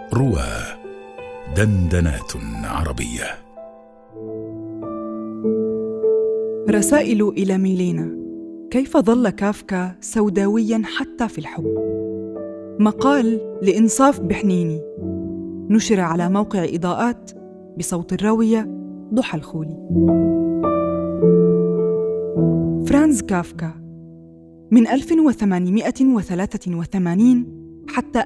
روى دندنات عربية. رسائل إلى ميلينا. كيف ظل كافكا سوداوياً حتى في الحب؟ مقال لإنصاف بحنيني، نشر على موقع إضاءات بصوت الراوية ضحى الخولي. فرانز كافكا من 1883 حتى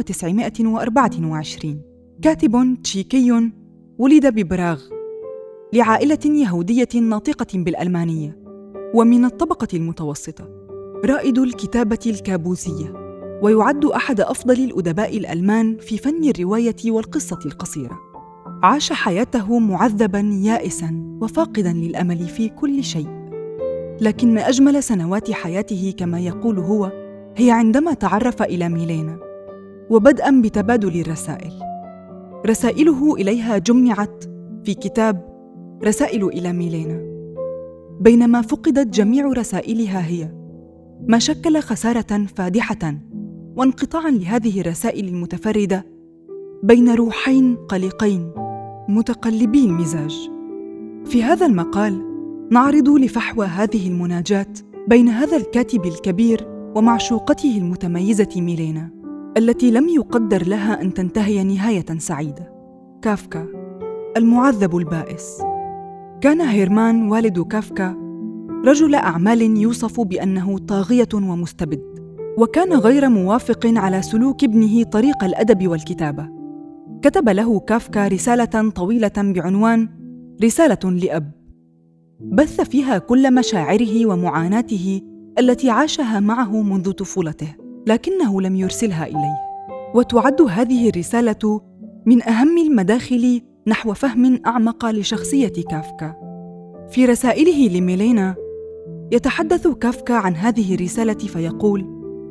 1924 كاتب تشيكي ولد ببراغ لعائلة يهودية ناطقة بالألمانية ومن الطبقة المتوسطة، رائد الكتابة الكابوسية، ويعد أحد أفضل الأدباء الألمان في فن الرواية والقصة القصيرة. عاش حياته معذباً يائساً وفاقداً للأمل في كل شيء، لكن أجمل سنوات حياته كما يقول هو هي عندما تعرف إلى ميلينا، وبدءاً بتبادل الرسائل. رسائله إليها جمعت في كتاب رسائل إلى ميلينا، بينما فقدت جميع رسائلها هي، ما شكل خسارة فادحة وانقطاعاً لهذه الرسائل المتفردة بين روحين قلقين متقلبي المزاج. في هذا المقال نعرض لفحوى هذه المناجاة بين هذا الكاتب الكبير ومعشوقته المتميزة ميلينا، التي لم يقدر لها أن تنتهي نهاية سعيدة. كافكا المعذب البائس. كان هيرمان والد كافكا رجل أعمال يوصف بأنه طاغية ومستبد، وكان غير موافق على سلوك ابنه طريق الأدب والكتابة. كتب له كافكا رسالة طويلة بعنوان رسالة لأب، بث فيها كل مشاعره ومعاناته التي عاشها معه منذ طفولته، لكنه لم يرسلها إليه. وتعد هذه الرسالة من أهم المداخل نحو فهم أعمق لشخصية كافكا. في رسائله لميلينا يتحدث كافكا عن هذه الرسالة فيقول: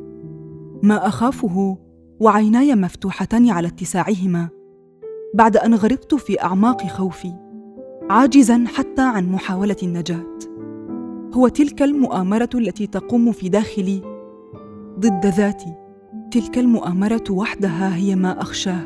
ما أخافه وعيناي مفتوحتان على اتساعهما بعد أن غرقت في أعماق خوفي، عاجزاً حتى عن محاولة النجاة، هو تلك المؤامرة التي تقوم في داخلي ضد ذاتي. تلك المؤامرة وحدها هي ما أخشاه،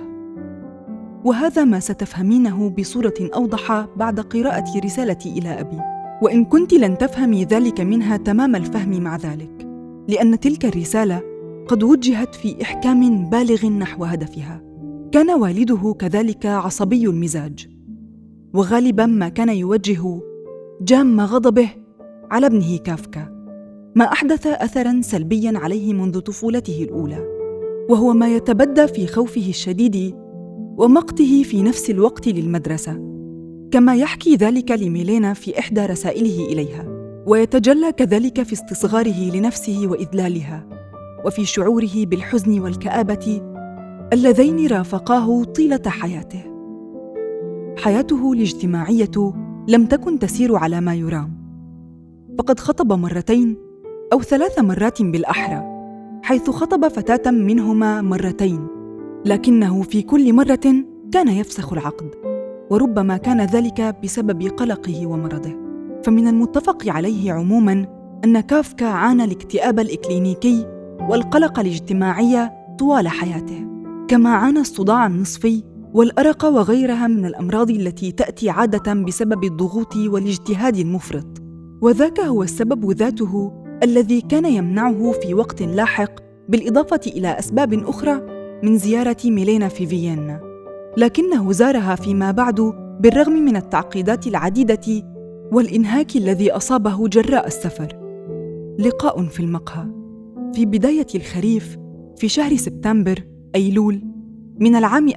وهذا ما ستفهمينه بصورة أوضح بعد قراءة رسالتي إلى أبي، وإن كنت لن تفهمي ذلك منها تمام الفهم مع ذلك، لأن تلك الرسالة قد وجهت في إحكام بالغ نحو هدفها. كان والده كذلك عصبي المزاج، وغالباً ما كان يوجه جام غضبه على ابنه كافكا، ما أحدث أثراً سلبياً عليه منذ طفولته الأولى، وهو ما يتبدى في خوفه الشديد ومقته في نفس الوقت للمدرسة، كما يحكي ذلك لميلينا في إحدى رسائله إليها، ويتجلى كذلك في استصغاره لنفسه وإذلالها، وفي شعوره بالحزن والكآبة اللذين رافقاه طيلة حياته. حياته الاجتماعية لم تكن تسير على ما يرام، فقد خطب 2 أو 3 مرات بالأحرى، حيث خطب فتاة منهما 2 مرات، لكنه في كل مرة كان يفسخ العقد، وربما كان ذلك بسبب قلقه ومرضه. فمن المتفق عليه عموماً أن كافكا عانى الاكتئاب الإكلينيكي والقلق الاجتماعي طوال حياته، كما عانى الصداع النصفي والأرق وغيرها من الأمراض التي تأتي عادة بسبب الضغوط والاجتهاد المفرط، وذاك هو السبب ذاته الذي كان يمنعه في وقت لاحق، بالإضافة إلى أسباب أخرى، من زيارة ميلينا في فيينا، لكنه زارها فيما بعد بالرغم من التعقيدات العديدة والإنهاك الذي أصابه جراء السفر. لقاء في المقهى في بداية الخريف في شهر سبتمبر أيلول من العام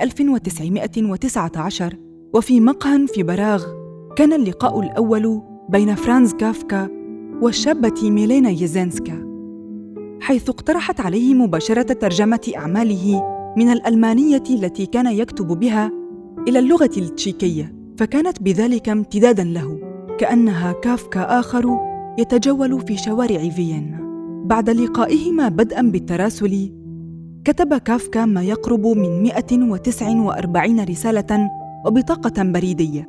1919، وفي مقهى في براغ. كان اللقاء الأول بين فرانز كافكا والشابة ميلينا يزينسكا، حيث اقترحت عليه مباشرة ترجمة أعماله من الألمانية التي كان يكتب بها إلى اللغة التشيكية، فكانت بذلك امتداداً له، كأنها كافكا آخر يتجول في شوارع فيينا. بعد لقائهما بدءاً بالتراسل، كتب كافكا ما يقرب من 149 رسالة وبطاقة بريدية.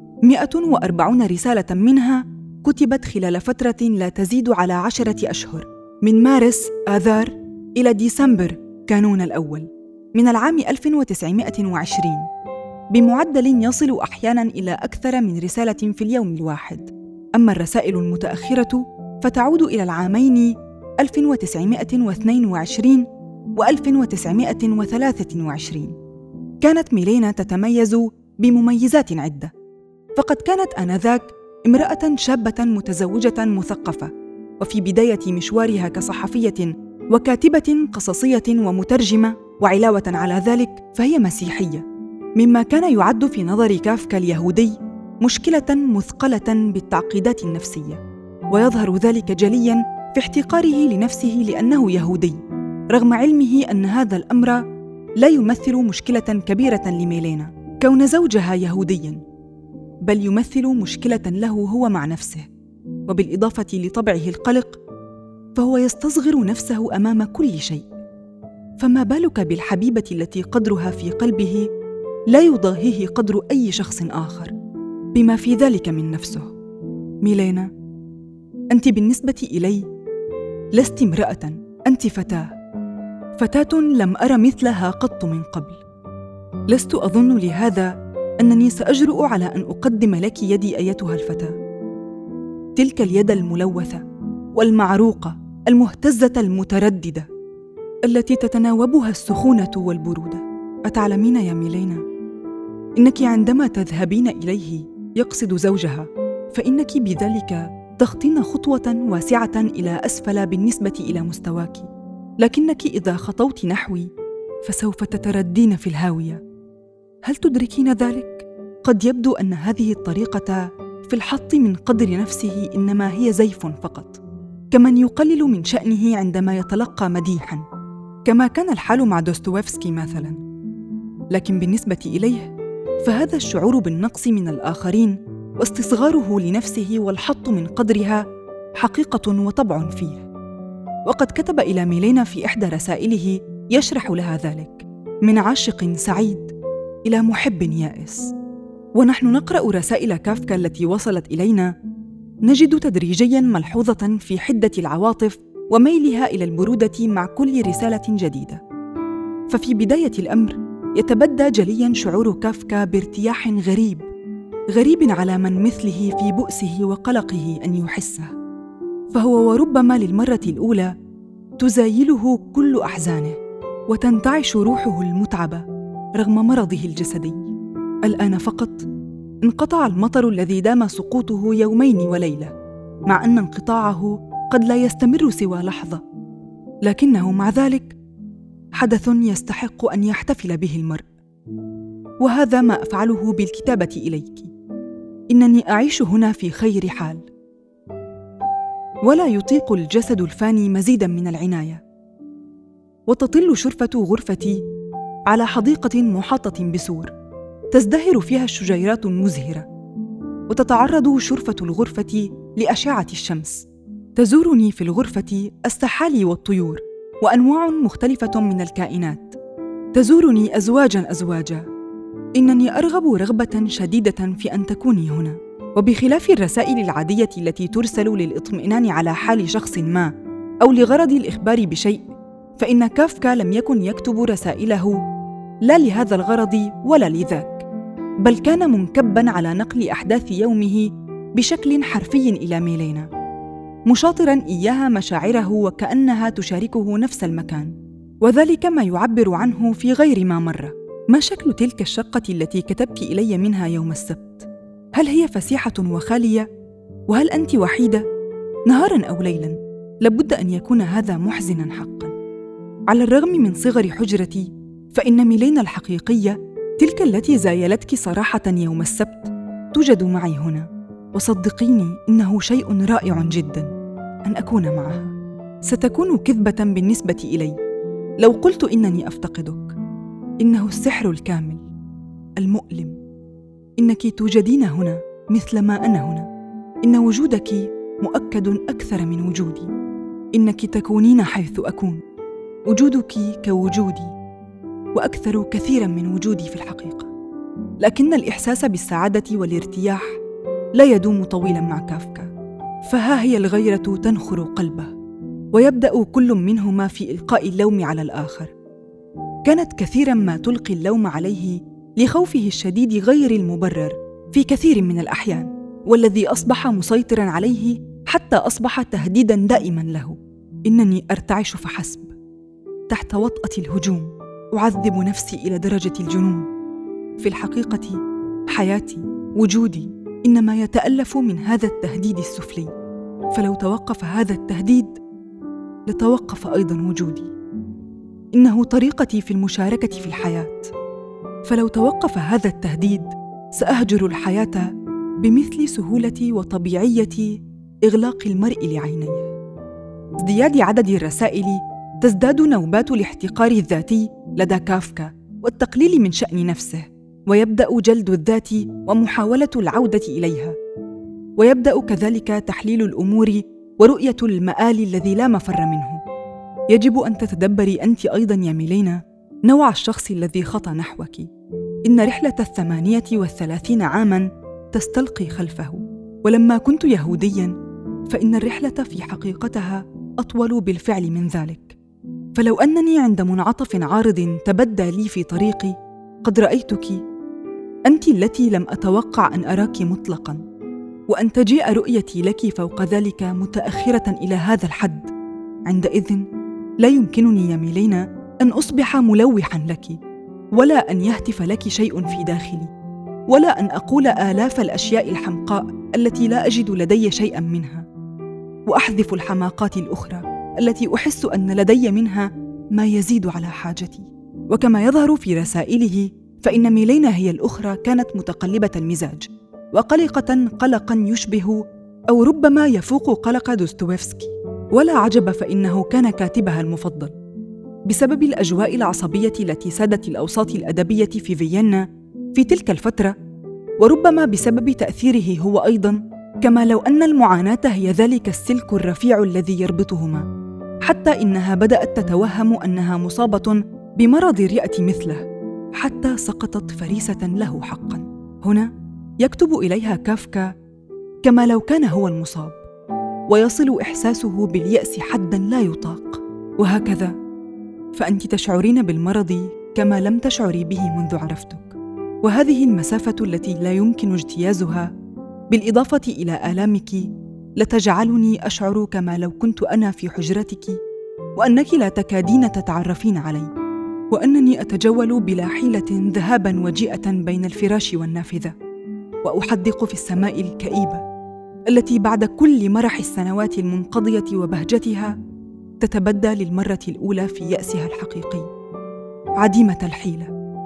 140 رسالة منها كتبت خلال فترة لا تزيد على 10 أشهر، من مارس آذار إلى ديسمبر كانون الأول. من العام 1920 بمعدل يصل أحياناً إلى أكثر من رسالة في اليوم الواحد. أما الرسائل المتأخرة فتعود إلى العامين 1922 و 1923. كانت ميلينا تتميز بمميزات عدة، فقد كانت آنذاك امرأة شابة متزوجة مثقفة، وفي بداية مشوارها كصحفية وكاتبة قصصية ومترجمة، وعلاوة على ذلك فهي مسيحية، مما كان يعد في نظر كافكا اليهودي مشكلة مثقلة بالتعقيدات النفسية، ويظهر ذلك جلياً في احتقاره لنفسه لأنه يهودي، رغم علمه أن هذا الأمر لا يمثل مشكلة كبيرة لميلينا كون زوجها يهودياً، بل يمثل مشكلة له هو مع نفسه. وبالإضافة لطبعه القلق فهو يستصغر نفسه أمام كل شيء، فما بالك بالحبيبة التي قدرها في قلبه لا يضاهيه قدر أي شخص آخر، بما في ذلك من نفسه. ميلينا، أنت بالنسبة إلي لست امرأة، أنت فتاة لم أر مثلها قط من قبل. لست أظن لهذا أنني سأجرؤ على أن أقدم لك يدي أيتها الفتاة، تلك اليد الملوثة والمعروقة المهتزة المترددة التي تتناوبها السخونة والبرودة. أتعلمين يا ميلينا، إنك عندما تذهبين إليه يقصد زوجها، فإنك بذلك تخطين خطوة واسعة إلى أسفل بالنسبة إلى مستواك، لكنك إذا خطوت نحوي فسوف تتردين في الهاوية. هل تدركين ذلك؟ قد يبدو أن هذه الطريقة في الحط من قدر نفسه إنما هي زيف فقط، كمن يقلل من شأنه عندما يتلقى مديحاً، كما كان الحال مع دوستويفسكي مثلاً. لكن بالنسبة إليه فهذا الشعور بالنقص من الآخرين واستصغاره لنفسه والحط من قدرها حقيقة وطبع فيه. وقد كتب إلى ميلينا في إحدى رسائله يشرح لها ذلك: من عاشق سعيد إلى محب يائس. ونحن نقرأ رسائل كافكا التي وصلت إلينا نجد تدريجياً ملحوظة في حدة العواطف وميلها إلى البرودة مع كل رسالة جديدة. ففي بداية الأمر يتبدى جلياً شعور كافكا بارتياح غريب على من مثله في بؤسه وقلقه أن يحسه، فهو وربما للمرة الأولى تزايله كل أحزانه وتنتعش روحه المتعبة رغم مرضه الجسدي. الآن فقط انقطع المطر الذي دام سقوطه يومين وليلة، مع أن انقطاعه قد لا يستمر سوى لحظة، لكنه مع ذلك حدث يستحق أن يحتفل به المرء. وهذا ما أفعله بالكتابة إليك. إنني أعيش هنا في خير حال، ولا يطيق الجسد الفاني مزيداً من العناية. وتطل شرفة غرفتي على حديقة محاطة بسور تزدهر فيها الشجيرات المزهرة، وتتعرض شرفة الغرفة لأشعة الشمس. تزورني في الغرفة السحالي والطيور وأنواع مختلفة من الكائنات، تزورني أزواجاً. إنني أرغب رغبة شديدة في أن تكوني هنا. وبخلاف الرسائل العادية التي ترسل للإطمئنان على حال شخص ما أو لغرض الإخبار بشيء، فإن كافكا لم يكن يكتب رسائله لا لهذا الغرض ولا لذاك، بل كان منكباً على نقل أحداث يومه بشكل حرفي إلى ميلينا، مشاطراً إياها مشاعره وكأنها تشاركه نفس المكان. وذلك ما يعبر عنه في غير ما مر. ما شكل تلك الشقة التي كتبت إلي منها يوم السبت؟ هل هي فسيحة وخالية؟ وهل أنت وحيدة؟ نهاراً أو ليلاً؟ لابد أن يكون هذا محزناً حقاً. على الرغم من صغر حجرتي، فإن ميلينا الحقيقية، تلك التي زايلتك صراحة يوم السبت، توجد معي هنا. وصدقيني إنه شيء رائع جداً أن أكون معها. ستكون كذبة بالنسبة إلي لو قلت إنني أفتقدك. إنه السحر الكامل المؤلم. إنك توجدين هنا مثل ما أنا هنا. إن وجودك مؤكد أكثر من وجودي. إنك تكونين حيث أكون. وجودك كوجودي، وأكثر كثيراً من وجودي في الحقيقة. لكن الإحساس بالسعادة والارتياح لا يدوم طويلاً مع كافكا، فها هي الغيرة تنخر قلبه، ويبدأ كل منهما في إلقاء اللوم على الآخر. كانت كثيراً ما تلقي اللوم عليه لخوفه الشديد غير المبرر في كثير من الأحيان، والذي أصبح مسيطراً عليه حتى أصبح تهديداً دائماً له. إنني أرتعش فحسب تحت وطأة الهجوم، أعذب نفسي إلى درجة الجنون. في الحقيقة حياتي، وجودي، إنما يتألف من هذا التهديد السفلي، فلو توقف هذا التهديد لتوقف أيضاً وجودي. إنه طريقتي في المشاركة في الحياة، فلو توقف هذا التهديد سأهجر الحياة بمثل سهولة وطبيعية إغلاق المرء لعينيه. ازدياد عدد الرسائل تزداد نوبات الاحتقار الذاتي لدى كافكا والتقليل من شأن نفسه، ويبدأ جلد الذات ومحاولة العودة إليها، ويبدأ كذلك تحليل الأمور ورؤية المآل الذي لا مفر منه. يجب أن تتدبري أنت أيضاً يا ميلينا نوع الشخص الذي خطى نحوك. إن رحلة 38 عاماً تستلقي خلفه، ولما كنت يهودياً فإن الرحلة في حقيقتها أطول بالفعل من ذلك. فلو أنني عند منعطف عارض تبدى لي في طريقي قد رأيتك، أنت التي لم أتوقع أن أراك مطلقاً، وأن تجيء رؤيتي لك فوق ذلك متأخرة إلى هذا الحد، عندئذ لا يمكنني يا ميلينا أن أصبح ملوحاً لك، ولا أن يهتف لك شيء في داخلي، ولا أن أقول آلاف الأشياء الحمقاء التي لا أجد لدي شيئاً منها، وأحذف الحماقات الأخرى التي أحس أن لدي منها ما يزيد على حاجتي. وكما يظهر في رسائله فإن ميلينا هي الأخرى كانت متقلبة المزاج وقلقة قلقاً يشبه أو ربما يفوق قلق دوستويفسكي، ولا عجب فإنه كان كاتبها المفضل. بسبب الأجواء العصبية التي سادت الأوساط الأدبية في فيينا في تلك الفترة، وربما بسبب تأثيره هو أيضاً، كما لو أن المعاناة هي ذلك السلك الرفيع الذي يربطهما، حتى إنها بدأت تتوهم أنها مصابة بمرض الرئة مثله، حتى سقطت فريسة له حقاً. هنا يكتب إليها كافكا كما لو كان هو المصاب، ويصل إحساسه باليأس حداً لا يطاق. وهكذا فأنت تشعرين بالمرض كما لم تشعري به منذ عرفتك، وهذه المسافة التي لا يمكن اجتيازها بالإضافة إلى آلامك لتجعلني أشعر كما لو كنت أنا في حجرتك، وأنك لا تكادين تتعرفين علي، وأنني أتجول بلا حيلة ذهاباً وجيئة بين الفراش والنافذة، وأحدق في السماء الكئيبة التي بعد كل مرح السنوات المنقضية وبهجتها تتبدى للمرة الأولى في يأسها الحقيقي، عديمة الحيلة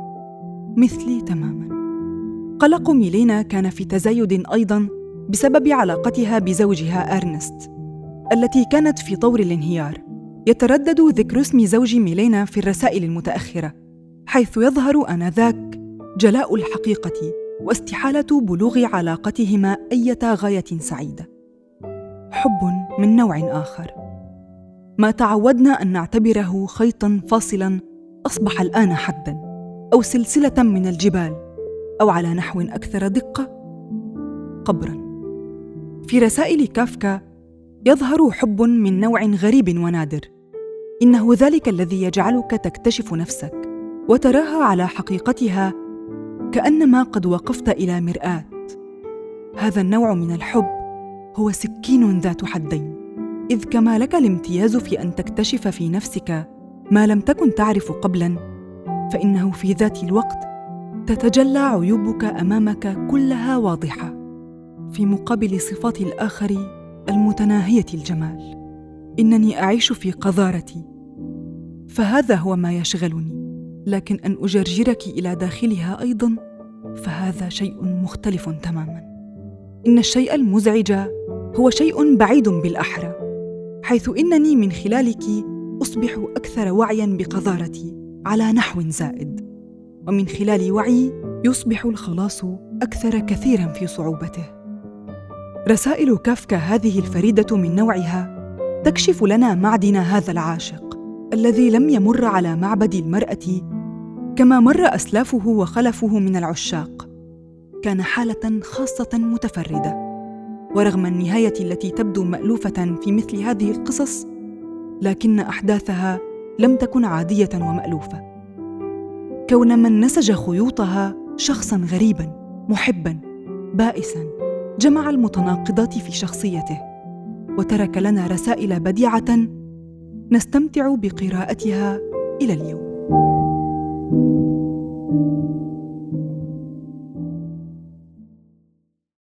مثلي تماماً. قلق ميلينا كان في تزايد أيضاً بسبب علاقتها بزوجها أرنست التي كانت في طور الانهيار. يتردد ذكر اسم زوج ميلينا في الرسائل المتأخرة، حيث يظهر آنذاك جلاء الحقيقة واستحالة بلوغ علاقتهما أي غاية سعيدة. حب من نوع آخر، ما تعودنا أن نعتبره خيطاً فاصلاً أصبح الآن حداً، أو سلسلة من الجبال، أو على نحو أكثر دقة قبراً. في رسائل كافكا يظهر حب من نوع غريب ونادر، إنه ذلك الذي يجعلك تكتشف نفسك وتراها على حقيقتها كأنما قد وقفت إلى مرآة. هذا النوع من الحب هو سكين ذات حدين، إذ كما لك الامتياز في أن تكتشف في نفسك ما لم تكن تعرف قبلاً، فإنه في ذات الوقت تتجلى عيوبك أمامك كلها واضحة، في مقابل صفات الآخر المتناهية الجمال. إنني أعيش في قذارتي، فهذا هو ما يشغلني، لكن أن أجرجرك إلى داخلها أيضاً فهذا شيء مختلف تماماً. إن الشيء المزعج هو شيء بعيد بالأحرى، حيث إنني من خلالك أصبح أكثر وعياً بقذارتي على نحو زائد، ومن خلال وعي يصبح الخلاص أكثر كثيراً في صعوبته. رسائل كافكا هذه الفريدة من نوعها تكشف لنا معدن هذا العاشق الذي لم يمر على معبد المرأة كما مر أسلافه وخلفه من العشاق. كان حالة خاصة متفردة، ورغم النهاية التي تبدو مألوفة في مثل هذه القصص، لكن أحداثها لم تكن عادية ومألوفة، كون من نسج خيوطها شخصاً غريباً محباً بائساً جمع المتناقضات في شخصيته، وترك لنا رسائل بديعة نستمتع بقراءتها إلى اليوم.